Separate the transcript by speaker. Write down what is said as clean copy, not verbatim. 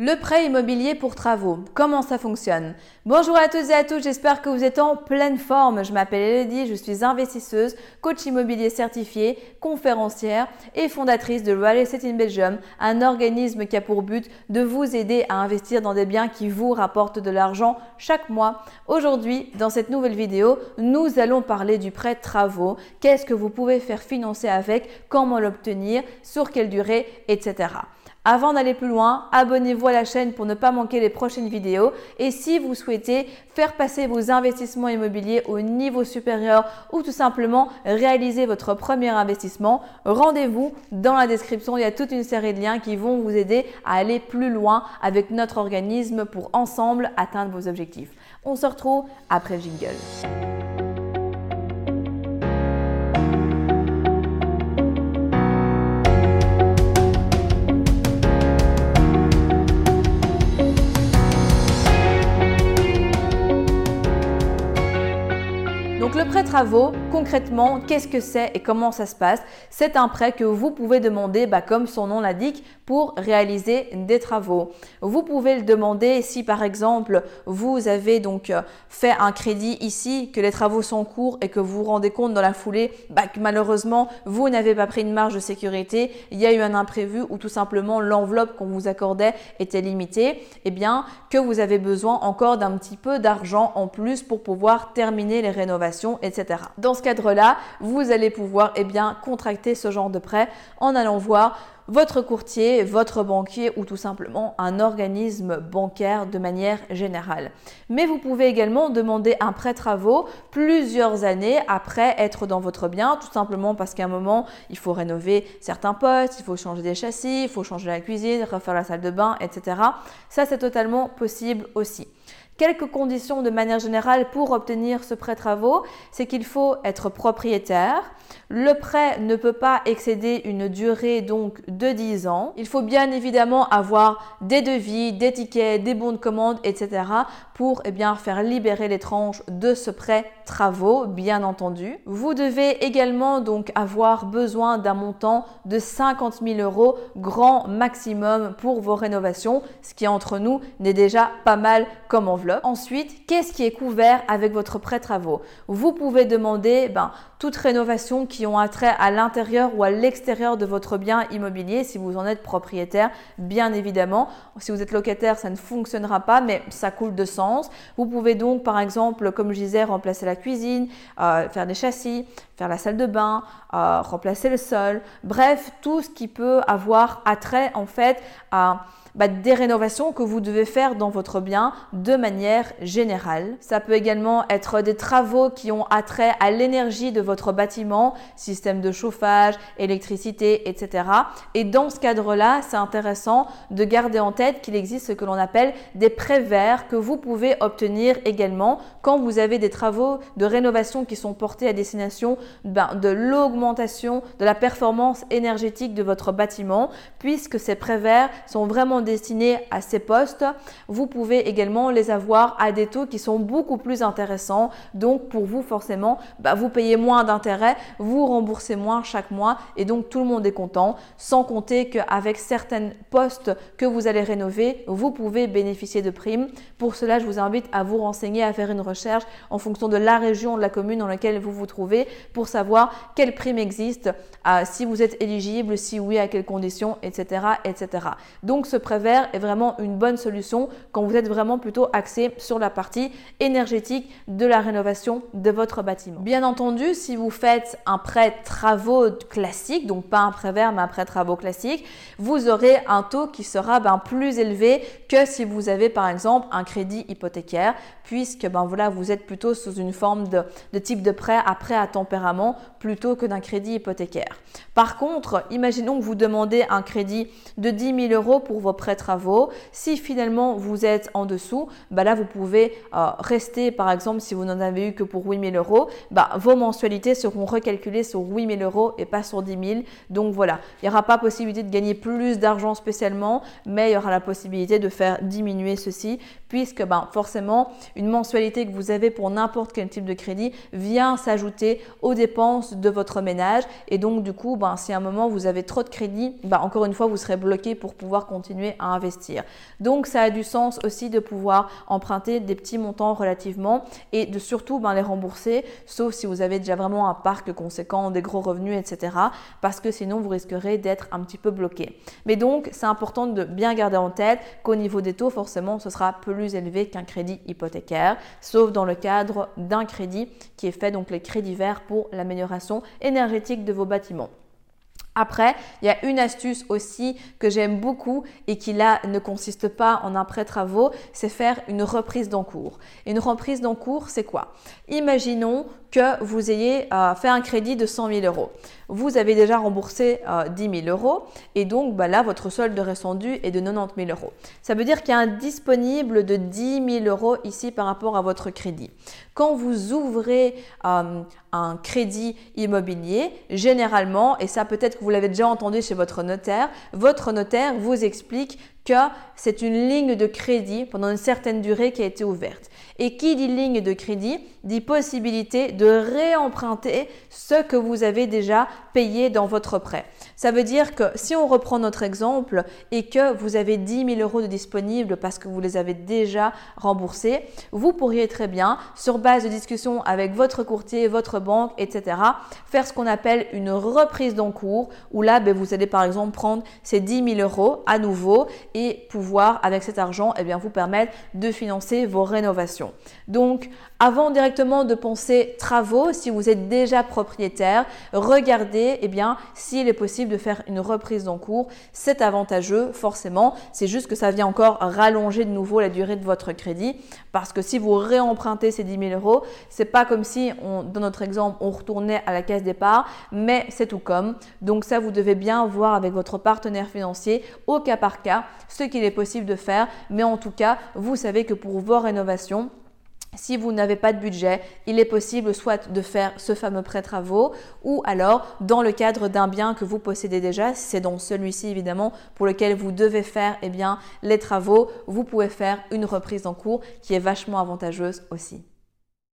Speaker 1: Le prêt immobilier pour travaux, comment ça fonctionne? Bonjour à toutes et à tous, j'espère que vous êtes en pleine forme. Je m'appelle Elodie, je suis investisseuse, coach immobilier certifié, conférencière et fondatrice de Real Estate in Belgium, un organisme qui a pour but de vous aider à investir dans des biens qui vous rapportent de l'argent chaque mois. Aujourd'hui, dans cette nouvelle vidéo, nous allons parler du prêt travaux. Qu'est-ce que vous pouvez faire financer avec, comment l'obtenir, sur quelle durée, etc. Avant d'aller plus loin, abonnez-vous à la chaîne pour ne pas manquer les prochaines vidéos et si vous souhaitez faire passer vos investissements immobiliers au niveau supérieur ou tout simplement réaliser votre premier investissement, rendez-vous dans la description. Il y a toute une série de liens qui vont vous aider à aller plus loin avec notre organisme pour ensemble atteindre vos objectifs. On se retrouve après le jingle. Donc le prêt travaux, concrètement, qu'est-ce que c'est et comment ça se passe? C'est un prêt que vous pouvez demander, comme son nom l'indique, pour réaliser des travaux. Vous pouvez le demander si par exemple vous avez donc fait un crédit ici, que les travaux sont en cours et que vous vous rendez compte dans la foulée que malheureusement vous n'avez pas pris une marge de sécurité, il y a eu un imprévu ou tout simplement l'enveloppe qu'on vous accordait était limitée, que vous avez besoin encore d'un petit peu d'argent en plus pour pouvoir terminer les rénovations, etc. Dans ce cadre-là, vous allez pouvoir contracter ce genre de prêt en allant voir votre courtier, votre banquier ou tout simplement un organisme bancaire de manière générale. Mais vous pouvez également demander un prêt travaux plusieurs années après être dans votre bien, tout simplement parce qu'à un moment, il faut rénover certains postes, il faut changer des châssis, il faut changer la cuisine, refaire la salle de bain, etc. Ça, c'est totalement possible aussi. Quelques conditions de manière générale pour obtenir ce prêt travaux, c'est qu'il faut être propriétaire. Le prêt ne peut pas excéder une durée donc de 10 ans. Il faut bien évidemment avoir des devis, des tickets, des bons de commande, etc. pour faire libérer les tranches de ce prêt travaux, bien entendu. Vous devez également donc avoir besoin d'un montant de 50 000 € grand maximum pour vos rénovations, ce qui entre nous n'est déjà pas mal comme enveloppe. Ensuite, qu'est-ce qui est couvert avec votre prêt travaux? Vous pouvez demander toute rénovation qui ont attrait à l'intérieur ou à l'extérieur de votre bien immobilier si vous en êtes propriétaire, bien évidemment. Si vous êtes locataire, ça ne fonctionnera pas, mais ça coule de sens. Vous pouvez donc, par exemple, comme je disais, remplacer la cuisine, faire des châssis, faire la salle de bain, remplacer le sol. Bref, tout ce qui peut avoir attrait en fait à des rénovations que vous devez faire dans votre bien de manière générale. Ça peut également être des travaux qui ont attrait à l'énergie de votre bâtiment, système de chauffage, électricité, etc. Et dans ce cadre-là, c'est intéressant de garder en tête qu'il existe ce que l'on appelle des prêts verts que vous pouvez obtenir également quand vous avez des travaux de rénovation qui sont portés à destination de l'augmentation de la performance énergétique de votre bâtiment, puisque ces prêts verts sont vraiment destinés à ces postes. Vous pouvez également les avoir à des taux qui sont beaucoup plus intéressants. Donc pour vous forcément, vous payez moins d'intérêt, vous remboursez moins chaque mois et donc tout le monde est content. Sans compter qu'avec certains postes que vous allez rénover, vous pouvez bénéficier de primes. Pour cela, je vous invite à vous renseigner, à faire une recherche en fonction de la région, de la commune dans laquelle vous vous trouvez pour savoir quelles primes existent, si vous êtes éligible, si oui, à quelles conditions, etc. etc. Donc ce prêt vert est vraiment une bonne solution quand vous êtes vraiment plutôt axé sur la partie énergétique de la rénovation de votre bâtiment. Bien entendu, si vous faites un prêt travaux classique, donc pas un prêt vert mais un prêt travaux classique, vous aurez un taux qui sera plus élevé que si vous avez par exemple un crédit hypothécaire, puisque vous êtes plutôt sous une forme de type de prêt à prêt à tempérament plutôt que d'un crédit hypothécaire. Par contre, imaginons que vous demandez un crédit de 10 000 € pour vos prêts travaux. Si finalement vous êtes en dessous, là vous pouvez rester, par exemple, si vous n'en avez eu que pour 8 000 €, vos mensualités seront recalculées sur 8 000 € et pas sur 10 000. Donc voilà, il n'y aura pas possibilité de gagner plus d'argent spécialement, mais il y aura la possibilité de faire diminuer ceci, puisque forcément, une mensualité que vous avez pour n'importe quel type de crédit vient s'ajouter aux dépenses de votre ménage. Et donc du coup, si à un moment vous avez trop de crédit, encore une fois, vous serez bloqué pour pouvoir continuer continuer à investir. Donc, ça a du sens aussi de pouvoir emprunter des petits montants relativement et de surtout les rembourser, sauf si vous avez déjà vraiment un parc conséquent, des gros revenus, etc. Parce que sinon, vous risquerez d'être un petit peu bloqué. Mais donc, c'est important de bien garder en tête qu'au niveau des taux, forcément, ce sera plus élevé qu'un crédit hypothécaire, sauf dans le cadre d'un crédit qui est fait, donc les crédits verts pour l'amélioration énergétique de vos bâtiments. Après, il y a une astuce aussi que j'aime beaucoup et qui là ne consiste pas en un prêt travaux, c'est faire une reprise d'encours. Une reprise d'encours, c'est quoi? Imaginons que vous ayez fait un crédit de 100 000 euros. Vous avez déjà remboursé 10 000 euros et donc là, votre solde ressendu est de 90 000 euros. Ça veut dire qu'il y a un disponible de 10 000 euros ici par rapport à votre crédit. Quand vous ouvrez un crédit immobilier, généralement, et ça peut-être que vous l'avez déjà entendu chez votre notaire vous explique que c'est une ligne de crédit pendant une certaine durée qui a été ouverte. Et qui dit ligne de crédit dit possibilité de réemprunter ce que vous avez déjà payé dans votre prêt. Ça veut dire que si on reprend notre exemple et que vous avez 10 000 euros de disponibles parce que vous les avez déjà remboursés, vous pourriez très bien, sur base de discussion avec votre courtier, votre banque, etc., faire ce qu'on appelle une reprise d'encours où là, vous allez par exemple prendre ces 10 000 euros à nouveau et pouvoir, avec cet argent, vous permettre de financer vos rénovations. Donc, avant directement de penser travaux, si vous êtes déjà propriétaire, regardez s'il est possible de faire une reprise d'encours. C'est avantageux, forcément. C'est juste que ça vient encore rallonger de nouveau la durée de votre crédit parce que si vous réempruntez ces 10 000 euros, c'est pas comme si, dans notre exemple, on retournait à la caisse départ, mais c'est tout comme. Donc ça, vous devez bien voir avec votre partenaire financier au cas par cas ce qu'il est possible de faire. Mais en tout cas, vous savez que pour vos rénovations, si vous n'avez pas de budget, il est possible soit de faire ce fameux prêt travaux ou alors dans le cadre d'un bien que vous possédez déjà, si c'est dans celui-ci évidemment pour lequel vous devez faire les travaux, vous pouvez faire une reprise en cours qui est vachement avantageuse aussi.